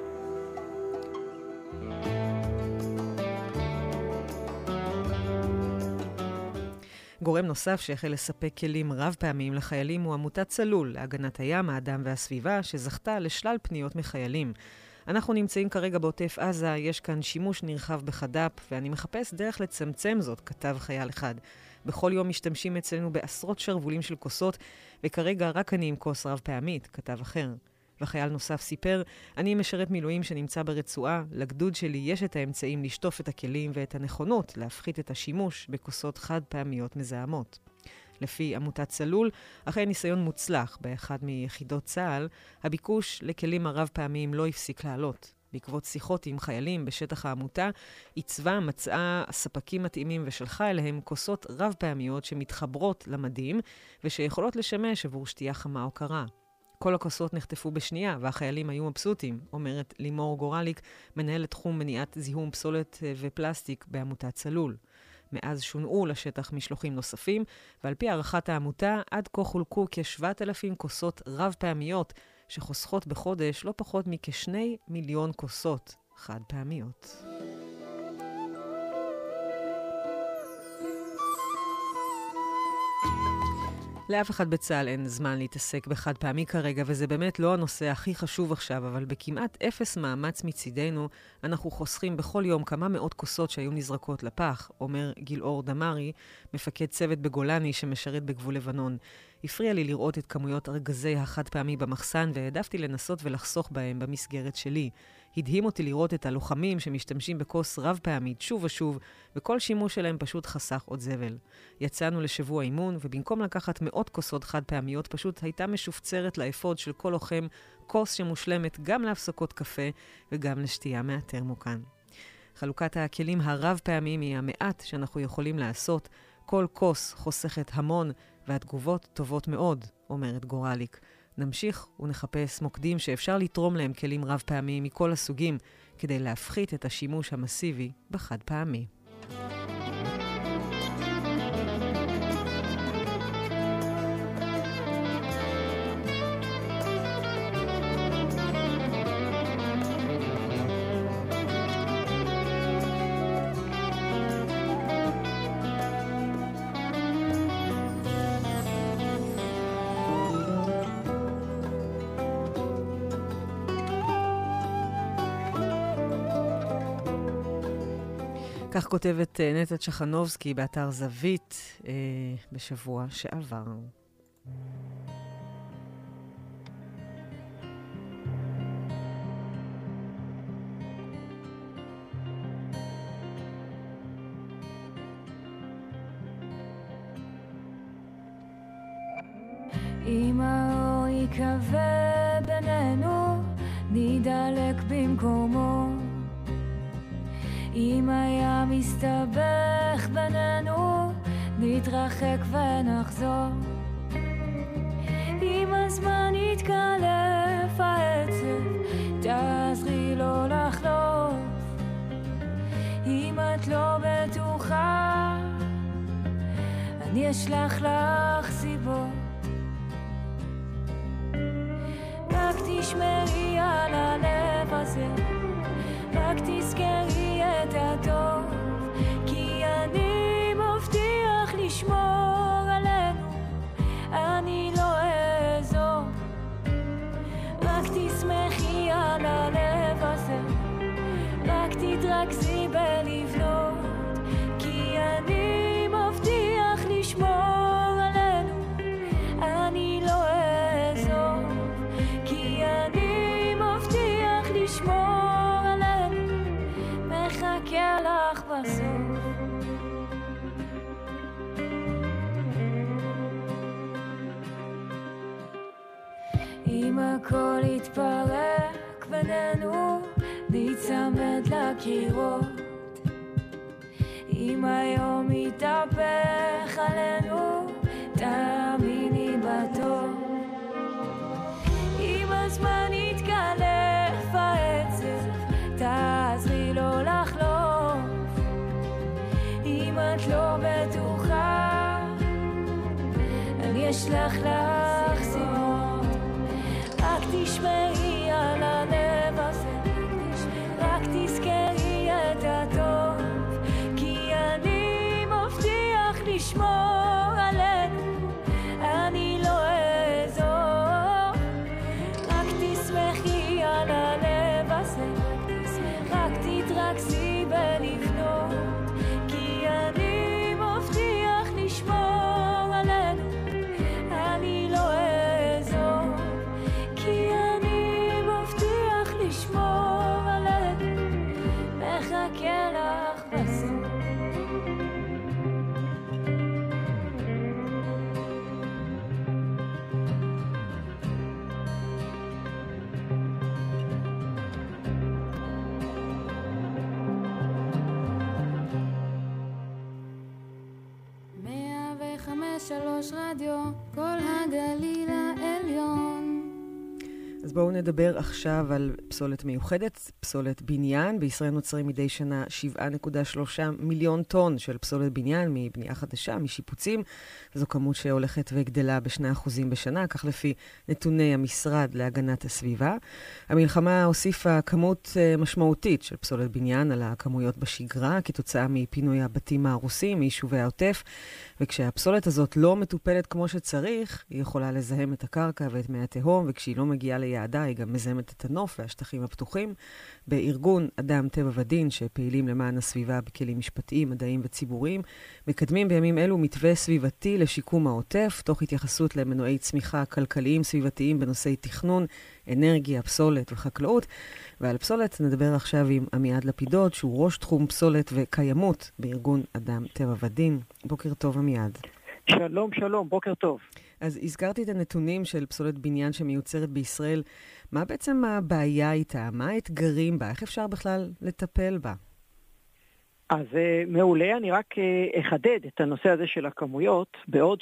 גורם נוסף שהחל לספק כלים רב פעמיים לחיילים הוא עמותת צלול להגנת הים, האדם והסביבה, שזכתה לשלל פניות מחיילים. אנחנו נמצאים כרגע בעוטף עזה, יש כאן שימוש נרחב בחד"פ, ואני מחפש דרך לצמצם זאת, כתב חייל אחד. בכל יום משתמשים אצלנו בעשרות שרבולים של כוסות, וכרגע רק אני עם כוס רב פעמית, כתב אחר. וחייל נוסף סיפר, אני משרת מילואים שנמצא ברצועה, לגדוד שלי יש את האמצעים לשטוף את הכלים ואת הנכונות להפחית את השימוש בכוסות חד פעמיות מזהמות. לפי עמותת צלול, אחרי ניסיון מוצלח באחד מיחידות צה"ל, הביקוש לכלים הרב פעמיים לא הפסיק לעלות. בעקבות שיחות עם חיילים בשטח העמותה, עיצבה מצאה ספקים מתאימים ושלחה אליהם כוסות רב פעמיות שמתחברות למדים ושיכולות לשמש עבור שתייה חמה או קרה. כל הכוסות נחטפו בשנייה והחיילים היו מבסוטים, אומרת לימור גורליק, מנהלת תחום מניעת זיהום פסולת ופלסטיק בעמותת צלול. מאז שונעו לשטח משלוחים נוספים, ועל פי הערכת העמותה, עד כה חולקו כ-שבעת אלפים כוסות רב פעמיות, שחוסכות בחודש לא פחות מכשני מיליון כוסות חד פעמיות. לאף אחד בצה"ל אין זמן להתעסק בחד פעמי כרגע, וזה באמת לא הנושא הכי חשוב עכשיו, אבל בכמעט אפס מאמץ מצידנו, אנחנו חוסכים בכל יום כמה מאות כוסות שהיו נזרקות לפח, אומר גילאור דמרי, מפקד צוות בגולני שמשרת בגבול לבנון. הפריע לי לראות את כמויות ארגזי החד פעמי במחסן, והעדפתי לנסות ולחסוך בהם במסגרת שלי. הדהים אותי לראות את הלוחמים שמשתמשים בכוס רב פעמית שוב ושוב, וכל שימוש שלהם פשוט חסך עוד זבל. יצאנו לשבוע אימון, ובמקום לקחת מאות כוסות חד פעמיות, פשוט הייתה משופצרת לאפוד של כל לוחם כוס שמושלמת גם להפסקות קפה וגם לשתייה מהתרמוקן. חלוקת הכלים הרב פעמיים היא המעט שאנחנו יכולים לעשות. כל כוס חוסכת המון, והתגובות טובות מאוד, אומרת גורליק. נמשיך ונחפש מוקדים שאפשר לתרום להם כלים רב פעמיים מכל הסוגים, כדי להפחית את השימוש המסיבי בחד פעמי. כך כותבת נטע צ'חנובסקי באתר זווית אה, בשבוע שעבר. אם האור יקווה בינינו, נדלק במקומו. אם היה מסתבך בינינו, נתרחק ונחזור. אם הזמן יתקלף העצב, תעזרי לו לחלוף. אם את לא בטוחה, אני אשלח לך סיבות. רק תשמרי על הלב הזה, רק תזכרי את הטוב, כי אני מבטיח לשמור עלינו, אני לא אעזוב. רק תשמחי על הלב הזה, רק תתרכזי בלבנות, כי אני מבטיח לשמור עלינו, אני לא אעזוב. כי אני מבטיח לשמור עלינו, מחכה לך בסוף. אם הכל יתפרק בינינו, נצמד לקירות. אם אם היום יתהפך עלינו, תאמיני בטוב. אם הזמן יתקלף העצב, תעזרי לו לחלוף. אם את לא בטוחה, אני אשלח לך סימון. רק תשמעי על הלב הזה, רק תזכרי את הטוב, כי אני מבטיח לשמור עלינו, אני לא אעזור. רק תשמחי על הלב הזה, רק תתרכזי בלבנות, כי אני מבטיח לשמור עלינו, אני לא אעזור, כי אני מבטיח לשמור עלינו, מחכה לך בסוף. מאה וחמש שלוש רדיו, כל הגליל העליון. אז בואו נדבר עכשיו על פסולת מיוחדת, פסולת בניין. בישראל נוצרים מדי שנה שבעה נקודה שלושה מיליון טון של פסולת בניין מבנייה חדשה, משיפוצים. זו כמות שהולכת וגדלה בשני אחוזים בשנה, כך לפי נתוני המשרד להגנת הסביבה. המלחמה הוסיפה כמות משמעותית של פסולת בניין על הכמויות בשגרה, כתוצאה מפינוי הבתים ההרוסים, מיישובי העוטף. וכשהפסולת הזאת לא מטופלת כמו שצריך, היא יכולה לזהם את הקרקע ואת מי התהום, וכשהיא לא מגיעה ליעדה, היא גם מזהמת את הנוף והשטחים הפתוחים. בארגון אדם טבע ודין, שפעילים למען הסביבה בכלים משפטיים, מדעיים וציבוריים, מקדמים בימים אלו מתווה סביבתי לשיקום העוטף, תוך התייחסות למנועי צמיחה כלכליים סביבתיים בנושאי תכנון, אנרגיה, פסולת וחקלאות. ועל פסולת נדבר עכשיו עם עמיעד לפידות, שהוא ראש תחום פסולת וקיימות בארגון אדם טבע ודין. בוקר טוב עמיעד. שלום, שלום, בוקר טוב. אז הזכרתי את הנתונים של פסולת בניין שמיוצרת בישראל. מה בעצם הבעיה איתה? מה האתגרים בה? איך אפשר בכלל לטפל בה? אז מעולה, אני רק אחדד את הנושא הזה של הכמויות, בעוד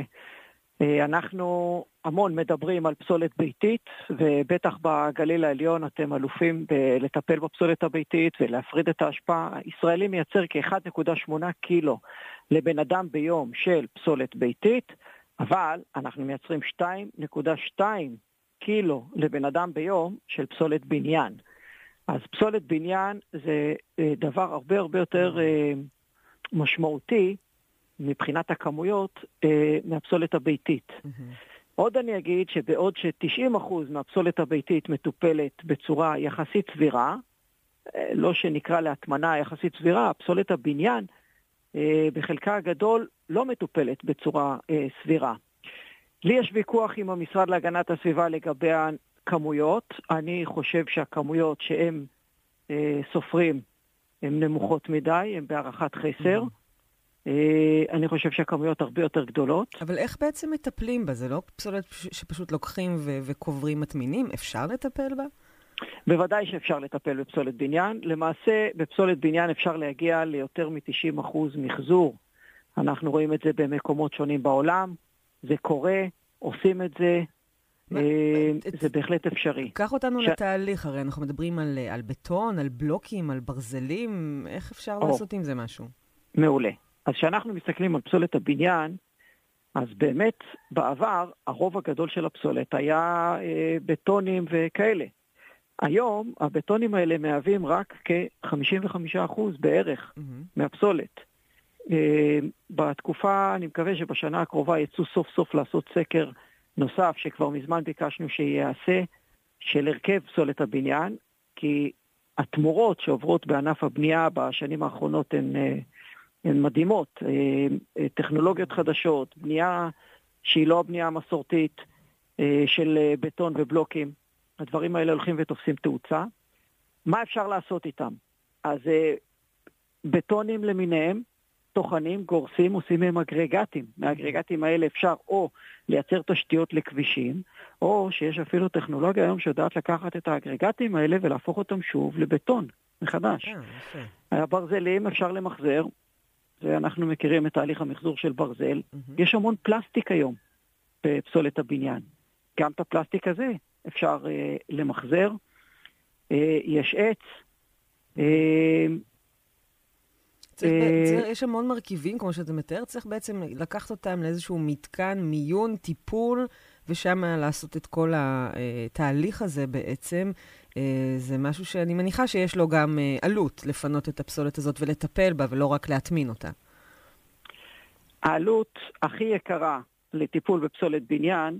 שאנחנו המון מדברים על פסולת ביתית, ובטח בגליל העליון אתם אלופים לטפל בפסולת הביתית ולהפריד את ההשפעה. הישראלי מייצר כ-אחד נקודה שמונה קילו לבן אדם ביום של פסולת ביתית, אבל אנחנו מייצרים שתיים נקודה שתיים קילו לבן אדם ביום של פסולת בניין. אז פסולת בניין זה דבר הרבה הרבה יותר משמעותי מבחינת הכמויות מהפסולת הביתית. עוד אני אגיד שבעוד ש-תשעים אחוז מהפסולת הביתית מטופלת בצורה יחסית סבירה, לא שנקרא להטמנה יחסית סבירה, פסולת הבניין בחלקה הגדול לא מטופלת בצורה סבירה. לי יש ויכוח עם המשרד להגנת הסביבה לגבי הכמויות. אני חושב שהכמויות שהם אה, סופרים הן נמוכות מדי, הן בהערכת חסר. Mm-hmm. אה, אני חושב שהכמויות הרבה יותר גדולות. אבל איך בעצם מטפלים בה? זה לא פסולת שפשוט לוקחים ו- וקוברים מטמינים? אפשר לטפל בה? בוודאי שאפשר לטפל בפסולת בניין. למעשה, בפסולת בניין אפשר להגיע ליותר מ-תשעים אחוז מחזור. אנחנו רואים את זה במקומות שונים בעולם. זה קורה, עושים את זה, זה בהחלט אפשרי. קח אותנו לתהליך, הרי אנחנו מדברים על, על בטון, על בלוקים, על ברזלים, איך אפשר לעשות עם זה משהו? מעולה. אז כשאנחנו מסתכלים על פסולת הבניין, אז באמת בעבר הרוב הגדול של הפסולת היה אה, בטונים וכאלה. היום הבטונים האלה מהווים רק כ-חמישים וחמישה אחוז בערך mm-hmm. מהפסולת. אה, בתקופה, אני מקווה שבשנה הקרובה יצאו סוף סוף לעשות סקר נוסף, שכבר מזמן ביקשנו שיעשה, של הרכב פסולת הבניין, כי התמורות שעוברות בענף הבנייה בשנים האחרונות הן, הן מדהימות. טכנולוגיות חדשות, בנייה שהיא לא הבנייה המסורתית של בטון ובלוקים, הדברים האלה הולכים ותופסים תאוצה. מה אפשר לעשות איתם? אז בטונים למיניהם, תוכנים, גורסים, עושים מהם אגרגטים. מהאגרגטים האלה אפשר או לייצר תשתיות לכבישים, או שיש אפילו טכנולוגיה היום שיודעת לקחת את האגרגטים האלה ולהפוך אותם שוב לבטון מחדש. הברזלים אפשר למחזר, ואנחנו מכירים את תהליך המחזור של ברזל, יש המון פלסטיק היום בפסולת הבניין. גם את הפלסטיק הזה אפשר אה, למחזר. אה, יש עץ. אה, צריך, אה, צריך, יש המון מרכיבים, כמו שאתה מתאר, צריך בעצם לקחת אותם לאיזשהו מתקן, מיון, טיפול, ושם לעשות את כל התהליך הזה בעצם. זה משהו שאני מניחה שיש לו גם עלות לפנות את הפסולת הזאת ולטפל בה, ולא רק להטמין אותה. העלות הכי יקרה לטיפול בפסולת בניין,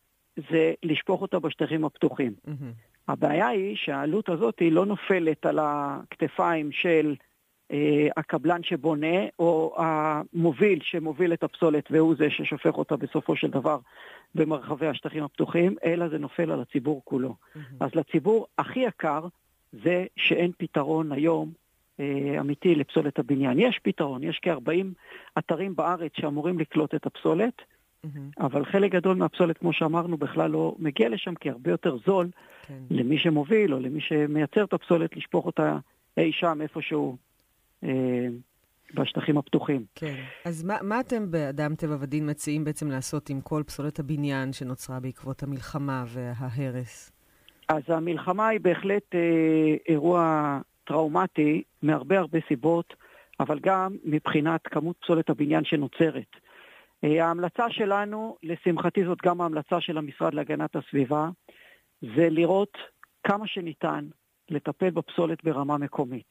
זה לשפוך אותה בשטחים הפתוחים. Mm-hmm. הבעיה היא שהעלות הזאת היא לא נופלת על הכתפיים של אה, הקבלן שבונה, או המוביל שמוביל את הפסולת, והוא זה ששופך אותה בסופו של דבר במרחבי השטחים הפתוחים, אלא זה נופל על הציבור כולו. Mm-hmm. אז לציבור הכי יקר זה שאין פתרון היום אה, אמיתי לפסולת הבניין. יש פתרון, יש כ-ארבעים אתרים בארץ שאמורים לקלוט את הפסולת, mm-hmm. אבל חלק גדול מהפסולת, כמו שאמרנו, בכלל לא מגיע לשם, כי הרבה יותר זול כן. למי שמוביל או למי שמייצר את הפסולת לשפוך אותה אי שם איפשהו אה, בשטחים הפתוחים. כן. אז מה, מה אתם באדם טבע ודין מציעים בעצם לעשות עם כל פסולת הבניין שנוצרה בעקבות המלחמה וההרס? אז המלחמה היא בהחלט אה, אירוע טראומטי מהרבה הרבה סיבות, אבל גם מבחינת כמות פסולת הבניין שנוצרת. אה, ההמלצה שלנו, לשמחתי זאת גם ההמלצה של המשרד להגנת הסביבה, זה לראות כמה שניתן לטפל בפסולת ברמה מקומית.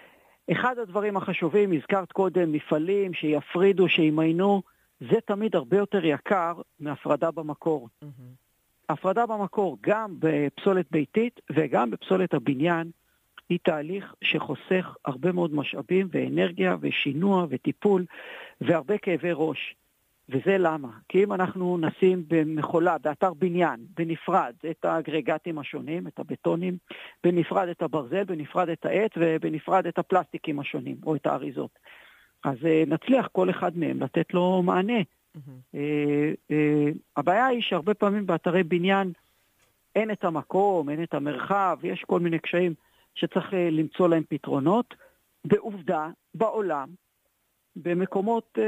אחד הדברים החשובים, הזכרת קודם, מפעלים שיפרידו, שימיינו, זה תמיד הרבה יותר יקר מהפרדה במקור. Mm-hmm. הפרדה במקור, גם בפסולת ביתית וגם בפסולת הבניין, היא תהליך שחוסך הרבה מאוד משאבים ואנרגיה ושינוע וטיפול והרבה כאבי ראש. וזה למה? כי אם אנחנו נשים במחולה, באתר בניין, בנפרד את האגרגטים השונים, את הבטונים, בנפרד את הברזל, בנפרד את העץ ובנפרד את הפלסטיקים השונים, או את האריזות. אז נצליח כל אחד מהם לתת לו מענה. Mm-hmm. הבעיה היא שהרבה פעמים באתרי בניין אין את המקום, אין את המרחב, יש כל מיני קשיים שצריך למצוא להם פתרונות. בעובדה, בעולם, במקומות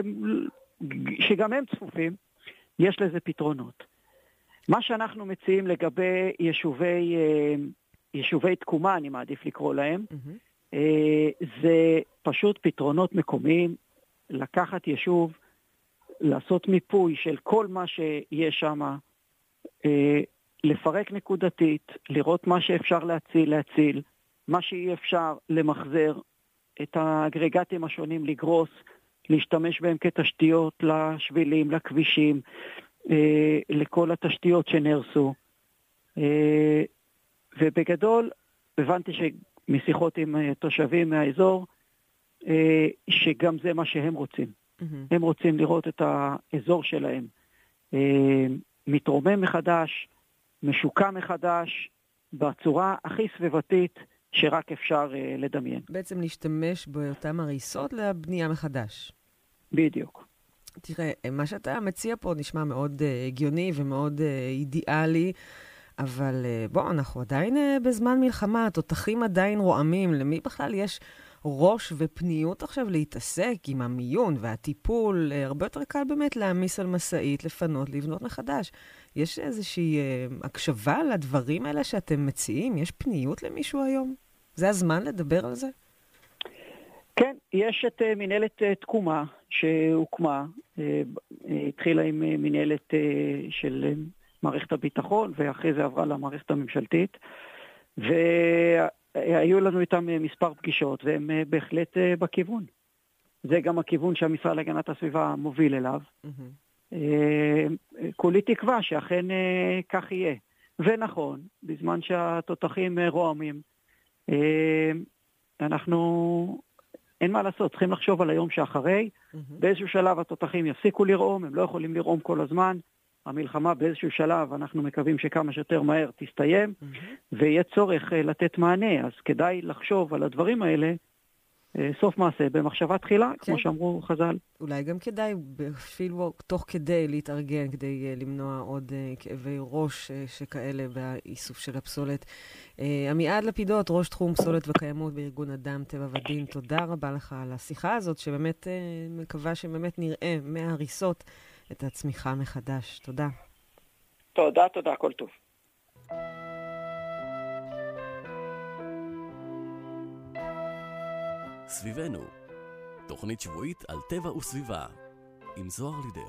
שגם הם צפופים, יש לזה פתרונות. מה שאנחנו מציעים לגבי יישובי, יישובי תקומה, אני מעדיף לקרוא להם, mm-hmm. זה פשוט פתרונות מקומיים, לקחת יישוב, לעשות מיפוי של כל מה שיש שם, לפרק נקודתית, לראות מה שאפשר להציל, להציל, מה שאי אפשר למחזר, את האגרגטים השונים לגרוס, להשתמש בהם כתשתיות לשבילים, לכבישים, אה, לכל התשתיות שנרסו. אה, ובגדול, הבנתי שמשיחות עם אה, תושבים מהאזור, אה, שגם זה מה שהם רוצים. Mm-hmm. הם רוצים לראות את האזור שלהם אה, מתרומם מחדש, משוקע מחדש, בצורה הכי סביבתית שרק אפשר uh, לדמיין. בעצם להשתמש באותן הריסות לבנייה מחדש. בדיוק. תראה, מה שאתה מציע פה נשמע מאוד uh, הגיוני ומאוד uh, אידיאלי, אבל uh, בוא, אנחנו עדיין uh, בזמן מלחמה, התותחים עדיין רועמים, למי בכלל יש ראש ופניות עכשיו להתעסק עם המיון והטיפול? Uh, הרבה יותר קל באמת להעמיס על מסעית, לפנות, לבנות מחדש. יש איזושהי uh, הקשבה לדברים האלה שאתם מציעים? יש פניות למישהו היום? זה הזמן לדבר על זה? כן, יש את uh, מנהלת uh, תקומה שהוקמה, uh, uh, התחילה עם uh, מנהלת uh, של uh, מערכת הביטחון, ואחרי זה עברה למערכת הממשלתית, והיו לנו איתם uh, מספר פגישות, והם uh, בהחלט uh, בכיוון. זה גם הכיוון שהמשרד להגנת הסביבה מוביל אליו. Mm-hmm. Uh, כולי תקווה שאכן uh, כך יהיה. ונכון, בזמן שהתותחים uh, רועמים, אנחנו, אין מה לעשות, צריכים לחשוב על היום שאחרי, mm-hmm. באיזשהו שלב התותחים יפסיקו לרעום, הם לא יכולים לרעום כל הזמן, המלחמה באיזשהו שלב, אנחנו מקווים שכמה שיותר מהר תסתיים, mm-hmm. ויהיה צורך uh, לתת מענה, אז כדאי לחשוב על הדברים האלה, סוף מעשה במחשבה תחילה, כן. כמו שאמרו חז"ל. אולי גם כדאי, אפילו תוך כדי להתארגן, כדי uh, למנוע עוד uh, כאבי ראש uh, שכאלה באיסוף של הפסולת. Uh, עמיעד לפידות, ראש תחום פסולת וקיימות בארגון אדם, טבע ודין, תודה רבה לך על השיחה הזאת, שבאמת uh, מקווה שבאמת נראה מההריסות את הצמיחה מחדש. תודה. תודה, תודה, כל טוב. סביבנו, תוכנית שבועית על טבע וסביבה, עם זוהר לידר.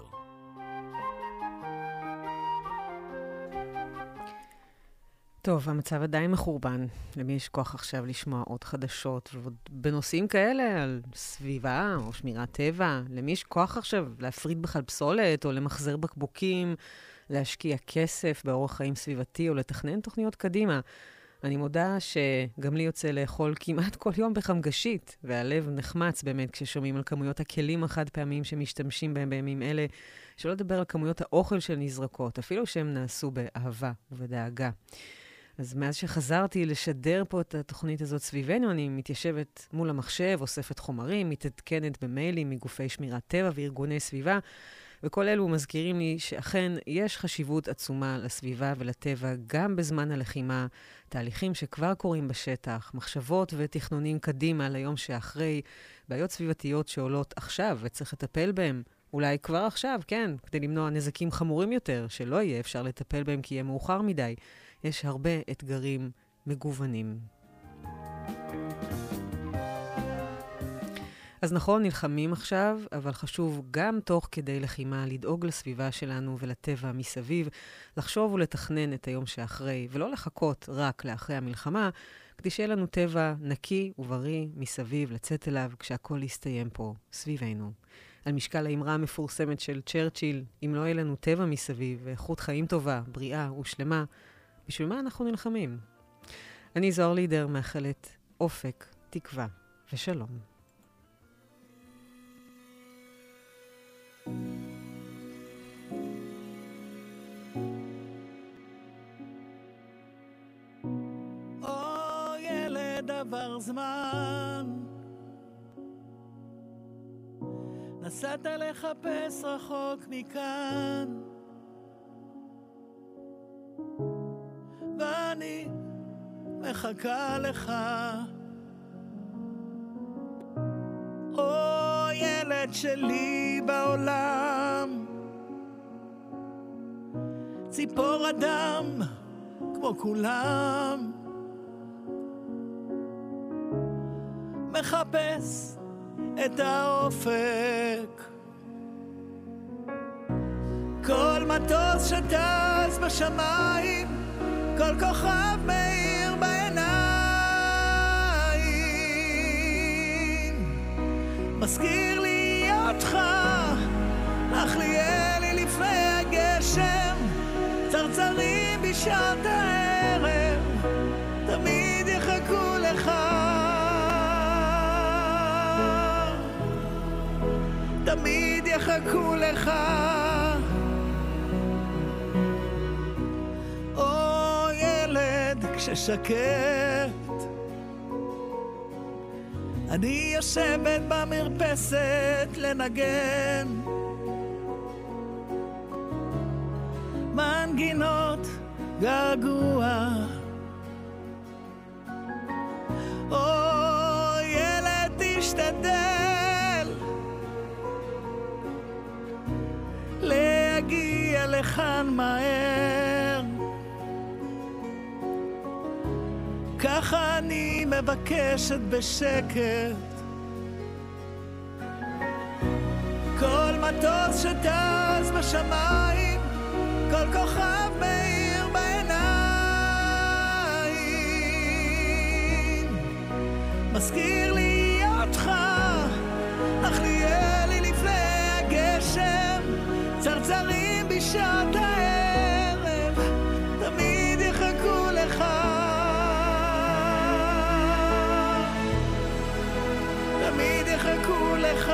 טוב, המצב עדיין מחורבן. למי יש כוח עכשיו לשמוע עוד חדשות, ועוד בנושאים כאלה על סביבה או שמירת טבע? למי יש כוח עכשיו להפריד בכלל פסולת או למחזר בקבוקים, להשקיע כסף באורח חיים סביבתי או לתכנן תוכניות קדימה? אני מודה שגם לי יוצא לאכול כמעט כל יום בחמגשית, והלב נחמץ באמת כששומעים על כמויות הכלים החד פעמיים שמשתמשים בהם בימים אלה, שלא לדבר על כמויות האוכל של נזרקות, אפילו שהם נעשו באהבה ובדאגה. אז מאז שחזרתי לשדר פה את התוכנית הזאת סביבנו, אני מתיישבת מול המחשב, אוספת חומרים, מתעדכנת במיילים מגופי שמירת טבע וארגוני סביבה, וכל אלו מזכירים לי שאכן יש חשיבות עצומה לסביבה ולטבע גם בזמן הלחימה, תהליכים שכבר קורים בשטח, מחשבות ותכנונים קדימה ליום שאחרי, בעיות סביבתיות שעולות עכשיו וצריך לטפל בהם, אולי כבר עכשיו, כן, כדי למנוע נזקים חמורים יותר, שלא יהיה אפשר לטפל בהם כי יהיה מאוחר מדי. יש הרבה אתגרים מגוונים. אז נכון, נלחמים עכשיו, אבל חשוב גם תוך כדי לחימה לדאוג לסביבה שלנו ולטבע מסביב, לחשוב ולתכנן את היום שאחרי, ולא לחכות רק לאחרי המלחמה, כדי שיהיה לנו טבע נקי ובריא מסביב, לצאת אליו כשהכל יסתיים פה, סביבנו. על משקל האמרה המפורסמת של צ'רצ'יל, אם לא יהיה לנו טבע מסביב ואיכות חיים טובה, בריאה ושלמה, בשביל מה אנחנו נלחמים? אני זוהר לידר, מאחלת אופק, תקווה ושלום. או ילד עבר זמן, נסעת לחפש רחוק מכאן, ואני מחכה לך. או ילד שלי בעולם, ציפור אדם כמו כולם, מחפש את האופק. כל מטוס שטס בשמיים, כל כוכב מאיר בעיניים, מזכיר לי אותך, אך לי אלי לפני הגשם, צרצרים בשעת הערב, תמיד יחכו לך, תמיד יחכו לך. או ילד כששקט, אני יושבת במרפסת לנגן מנגינות געגוע. או ילד תשתדל להגיע לכאן מהר, ככה אני מבקשת בשקט. כל מטוס שטס בשמיים, כל כוכב מאיר בעיניים, מזכיר לי אותך, אך לי אלי לפני הגשם, צרצרים בשעת הערב, תמיד יחכו לך, תמיד יחכו לך,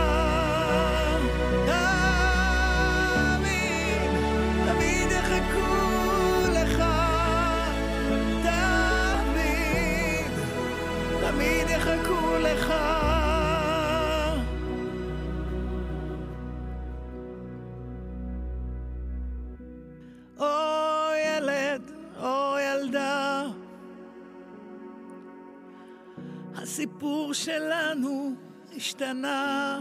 תמיד, תמיד יחכו לך, תמיד, תמיד יחכו לך. הסיפור שלנו השתנה.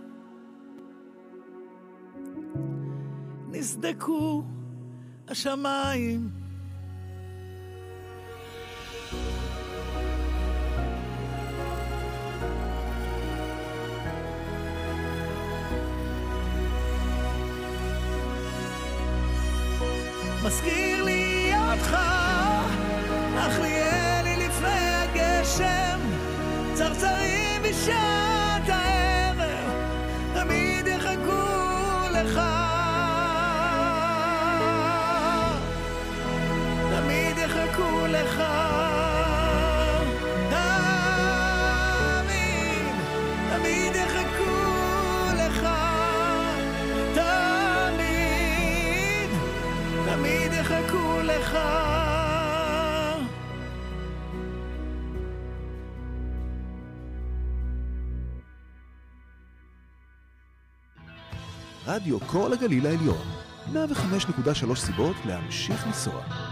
נסדקו השמיים, מזכיר לי אותך, אך נהיה לי לפני הגשם, צרצרים בשעת הערב, תמיד יחכו לך, תמיד יחכו לך, תמיד, תמיד יחכו לך, תמיד, תמיד יחכו לך. רדיו כל הגליל העליון, מאה וחמש נקודה שלוש סיבות להמשיך לנסוע.